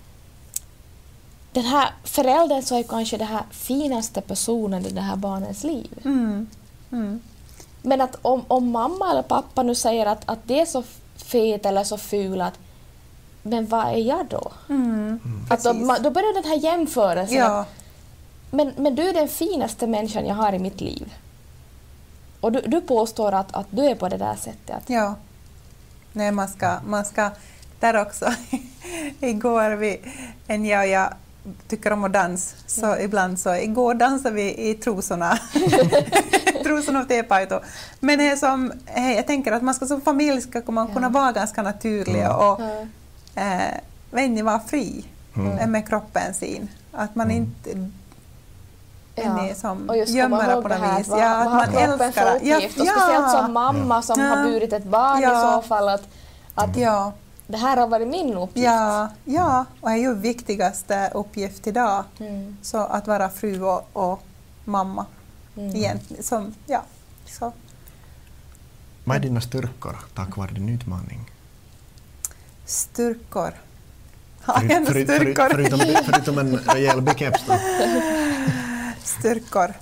den här föräldern så är kanske det här finaste personen i det här barnens liv. Men att om mamma eller pappa nu säger att det är så fet eller så ful, att men vad är jag då? Att då börjar den här jämförelsen. Ja. Men du är den finaste människan jag har i mitt liv. Och du påstår att du är på det där sättet. Ja. Nej, man ska där också. Igår jag tycker om att dansa, så ibland så igår dansade vi i trosorna. Trosorna och tepajto. Men det är som, jag tänker att man ska som familj ska kunna vara ganska naturliga och vara fri med kroppen sin. Att man inte som gömmer det på något vis. Att man älskar det. Och speciellt som mamma som har burit ett barn i så fall, att det här har varit min uppgift. Ja, och det är ju viktigaste uppgift idag. Så att vara fru och mamma. Egentligen. Så. Vad är dina styrkor tack vare din utmaning? Styrkor? Har jag några styrkor? Förutom en rejäl bikeps då? Styrkor.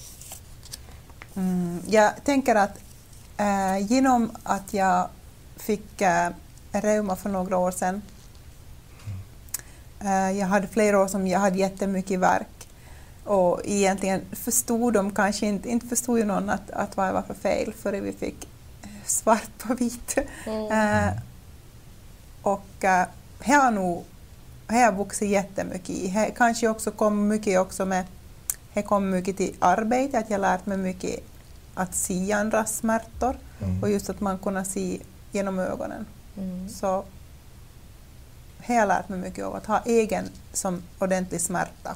Jag tänker att genom att jag fick reuma för några år sedan. Jag hade flera år som jag hade jättemycket värk. Och egentligen förstod de kanske inte förstod ju någon att vad det var för fel, för vi fick svart på vitt. Och här har vuxit jättemycket i. Här kanske också kom mycket också med, här kom mycket till arbete, att jag lärt mig mycket att se andras smärtor och just att man kunna se genom ögonen. Så här har jag lärt mig mycket av att ha egen som ordentlig smärta.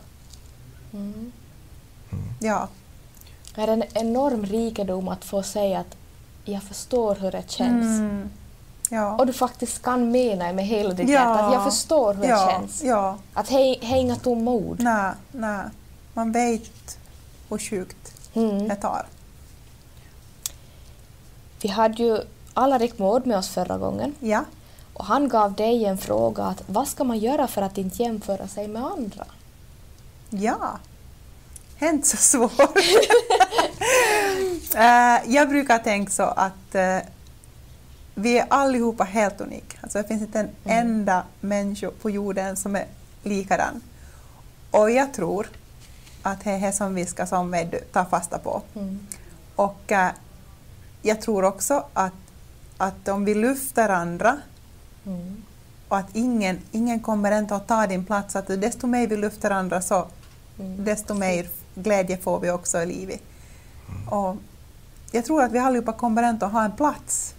Ja. Det är en enorm rikedom att få säga att jag förstår hur det känns. Ja. Och du faktiskt kan mena med hela ditt hjärta att jag förstår hur det känns. Ja. Att hänga tom ord. Nej. Man vet hur sjukt det tar. Vi hade ju Alarik Mård med oss förra gången. Ja. Och han gav dig en fråga att vad ska man göra för att inte jämföra sig med andra? Ja. Inte så svårt. Jag brukar tänka så att vi är allihopa helt unika. Alltså det finns inte en enda människa på jorden som är likadan. Och jag tror att det är det som vi ska ta fasta på. Och jag tror också att om vi lyfter andra och att ingen kommer ändå att ta din plats, att desto mer vi lyfter andra så desto mer glädje får vi också i livet. Och jag tror att vi allihopa kommer ändå att ha en plats.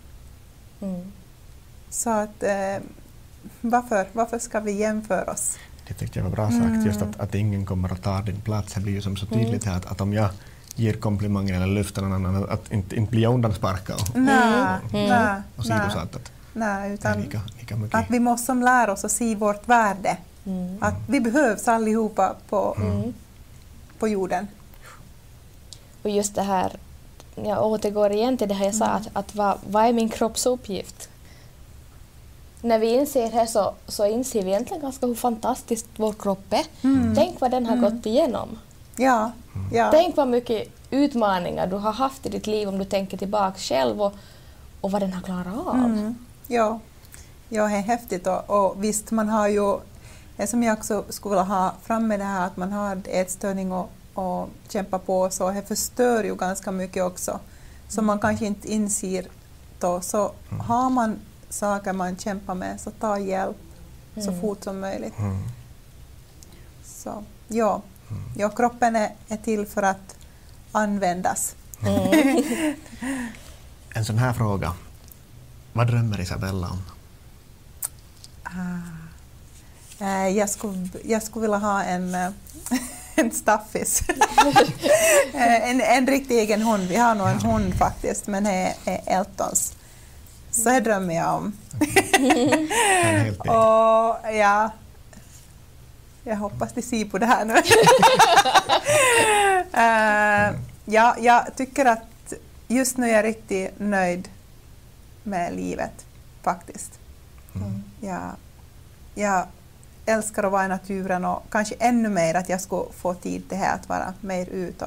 Så att varför ska vi jämföra oss? Det tyckte jag var bra sagt, just att ingen kommer att ta din plats. Det blir ju som så tydligt här att om jag ger komplimanger eller lyfter någon annan, att inte bli undansparkad och sidosatt. Nej, utan lika mycket. att vi måste lära oss att se vårt värde. Att vi behövs allihopa på jorden. Och just det här, jag återgår igen till det här jag sa, att vad är min kroppsuppgift? När vi inser det så inser vi egentligen ganska hur fantastiskt vår kropp är. Tänk vad den har gått igenom. Ja. Tänk vad mycket utmaningar du har haft i ditt liv om du tänker tillbaka själv och vad den har klarat av. Ja, det är häftigt. Och visst, man har ju, det som jag också skulle vilja ha fram med det här, att man har ätstörning och kämpa på, så det förstör ju ganska mycket också. Så man kanske inte inser då. Så har man saker man kämpar med, så ta hjälp så fort som möjligt. Så ja, kroppen är till för att användas. En sån här fråga. Vad drömmer Isabella om? Jag skulle vilja ha en staffis. en riktig egen hund. Vi har nog en hund faktiskt, men det är Eltons. Så det drömmer jag om. Och ja, jag hoppas de ser på det här nu. Jag tycker att just nu är jag riktigt nöjd med livet faktiskt. Jag älskar att vara i naturen och kanske ännu mer att jag ska få tid till att vara mer ute.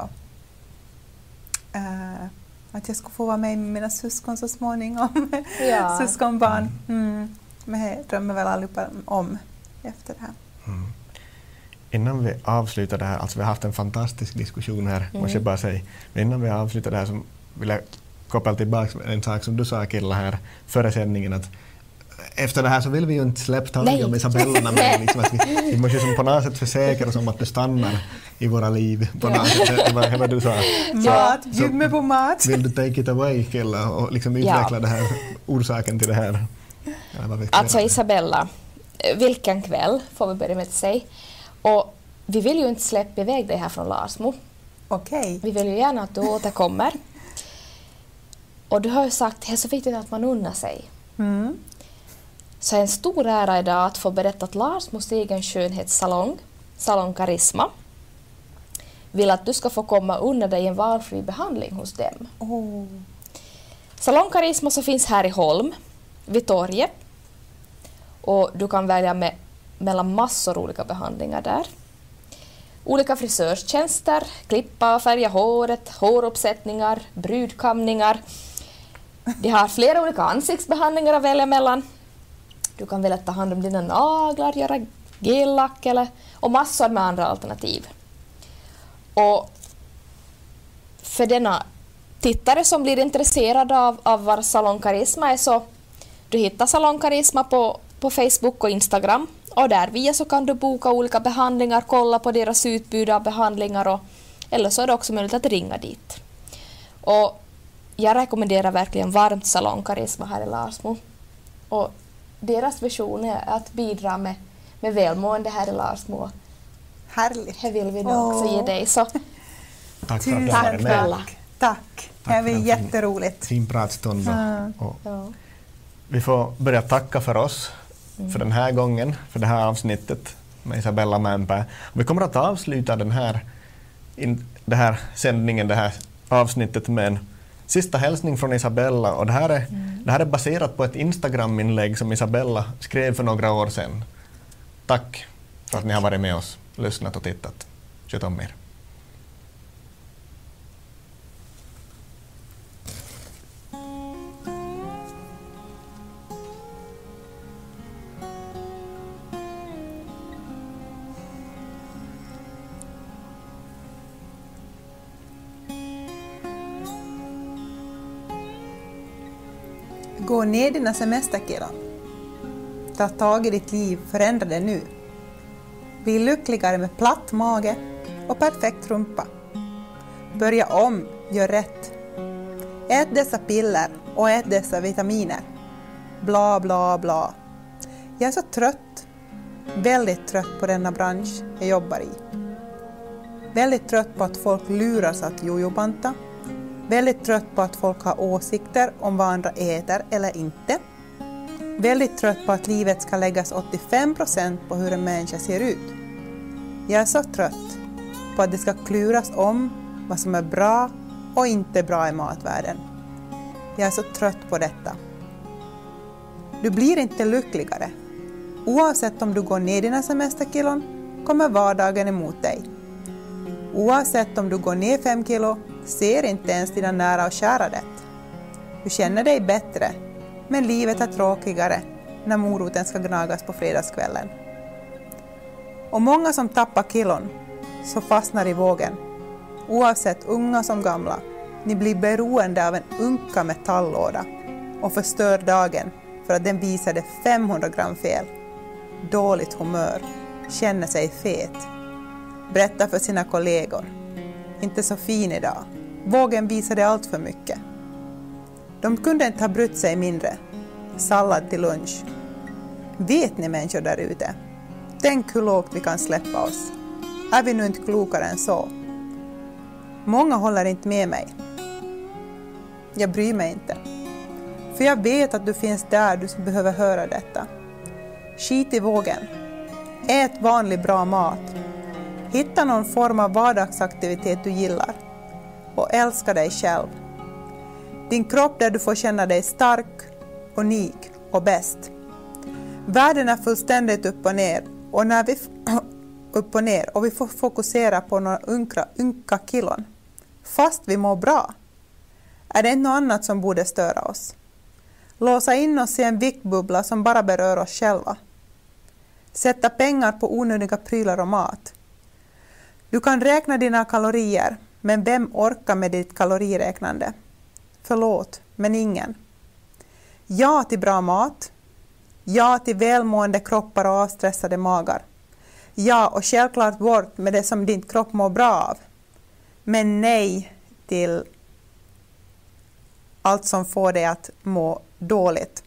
Att jag ska få vara med mina syskon så småningom. Syskonbarn. Men det drömmer väl allihopa om efter det här. Innan vi avslutar det här, alltså vi har haft en fantastisk diskussion här, måste jag bara säga. Men innan vi avslutar det här så vill jag koppla tillbaka en sak som du sa, Killa, här före sändningen, att efter det här så vill vi ju inte släppa taget om Isabella, men liksom att vi måste som på något sätt försäkra oss om att det stannar i våra liv på något sätt. Det var vad du sa. Mat, bjud mig på mat. Vill du take it away, Killa, och liksom utveckla det här, orsaken till det här? Alltså Isabella, vilken kväll får vi börja med att säga. Och vi vill ju inte släppa iväg dig här från Larsmo. Okej. Vi vill ju gärna att du återkommer. Och du har ju sagt att det är så viktigt att man unnar sig. Så är en stor ära idag att få berätta att Larsmos egen skönhetssalong, Salong Karisma, vill att du ska få komma och unna dig en valfri behandling hos dem. Salong Karisma så finns här i Holm, vid torget. Och du kan välja mellan massor olika behandlingar där. Olika frisörstjänster, klippa, färga håret, håruppsättningar, brudkamningar. De har flera olika ansiktsbehandlingar att välja mellan. Du kan välja att ta hand om dina naglar, göra gellack och massor med andra alternativ. Och för denna tittare som blir intresserade av vad Salon Karisma är, så du hittar Salon Karisma på Facebook och Instagram, och där via så kan du boka olika behandlingar, kolla på deras utbud av behandlingar, eller så är det också möjligt att ringa dit. Och jag rekommenderar verkligen varmt Salon Karisma här i Larsmo, och deras vision är att bidra med välmående här i Larsmo. Härligt. Det vill vi nog också ge dig. Så. Tack för Tusen att du var med. Tack. Det är jätteroligt. Fin pratstund. Ja. Vi får börja tacka för oss för den här gången, för det här avsnittet med Isabella Mäenpää. Vi kommer att avsluta den här sändningen, det här avsnittet med en sista hälsning från Isabella. Och det här är baserat på ett Instagram-inlägg som Isabella skrev för några år sedan. Tack för att ni har varit med oss, lyssnat och tittat. Sköt om er. Gå ner dina semesterkilon. Ta tag i ditt liv, förändra det nu. Bli lyckligare med platt mage och perfekt rumpa. Börja om, gör rätt. Ät dessa piller och ät dessa vitaminer. Bla bla bla. Jag är så trött. Väldigt trött på denna bransch jag jobbar i. Väldigt trött på att folk luras att jojobanta. Väldigt trött på att folk har åsikter om vad andra äter eller inte. Väldigt trött på att livet ska läggas 85% på hur en människa ser ut. Jag är så trött på att det ska kluras om vad som är bra och inte bra i matvärlden. Jag är så trött på detta. Du blir inte lyckligare. Oavsett om du går ner dina semesterkilon kommer vardagen emot dig. Oavsett om du går ner 5 kilo ser inte ens dina nära och kära det. Du känner dig bättre, men livet är tråkigare när moroten ska gnagas på fredagskvällen. Och många som tappar kilon så fastnar i vågen. Oavsett unga som gamla, ni blir beroende av en unka metalllåda och förstör dagen för att den visade 500 gram fel. Dåligt humör, känner sig fet. Berättar för sina kollegor. Inte så fin idag. Vågen visade allt för mycket. De kunde inte ha brytt sig mindre. Sallad till lunch. Vet ni människor där ute? Tänk hur lågt vi kan släppa oss. Är vi nu inte klokare än så? Många håller inte med mig. Jag bryr mig inte. För jag vet att du finns där du behöver höra detta. Skit i vågen. Ät vanlig bra mat. Hitta någon form av vardagsaktivitet du gillar. Och älska dig själv. Din kropp där du får känna dig stark, unik och bäst. Världen är fullständigt upp och ner. Och när vi upp och ner och vi får fokusera på några unka kilon. Fast vi mår bra. Är det inte något annat som borde störa oss? Låsa in oss i en viktbubbla som bara berör oss själva. Sätta pengar på onödiga prylar och mat. Du kan räkna dina kalorier, men vem orkar med ditt kaloriräknande? Förlåt, men ingen. Ja till bra mat. Ja till välmående kroppar och avstressade magar. Ja, och självklart bort med det som din kropp mår bra av. Men nej till allt som får dig att må dåligt.